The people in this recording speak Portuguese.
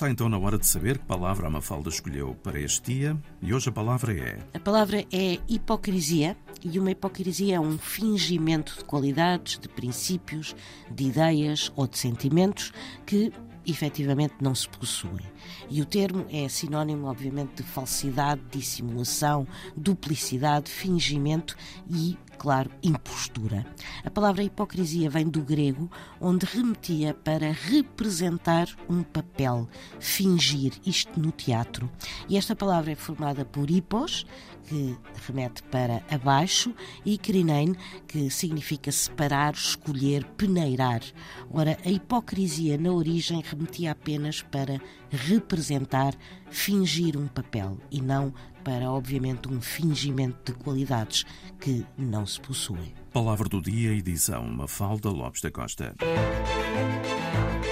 Está então na hora de saber que palavra a Mafalda escolheu para este dia, e hoje a palavra é... A palavra é hipocrisia, e uma hipocrisia é um fingimento de qualidades, de princípios, de ideias ou de sentimentos que efetivamente não se possuem. E o termo é sinónimo, obviamente, de falsidade, dissimulação, duplicidade, fingimento e, claro, impostura. A palavra hipocrisia vem do grego, onde remetia para representar um papel, fingir, isto no teatro. E esta palavra é formada por hipos, que remete para abaixo, e krinein, que significa separar, escolher, peneirar. Ora, a hipocrisia na origem remetia apenas para representar, fingir um papel e não para, obviamente, um fingimento de qualidades que não se possuem. Palavra do dia, edição Mafalda Lopes da Costa.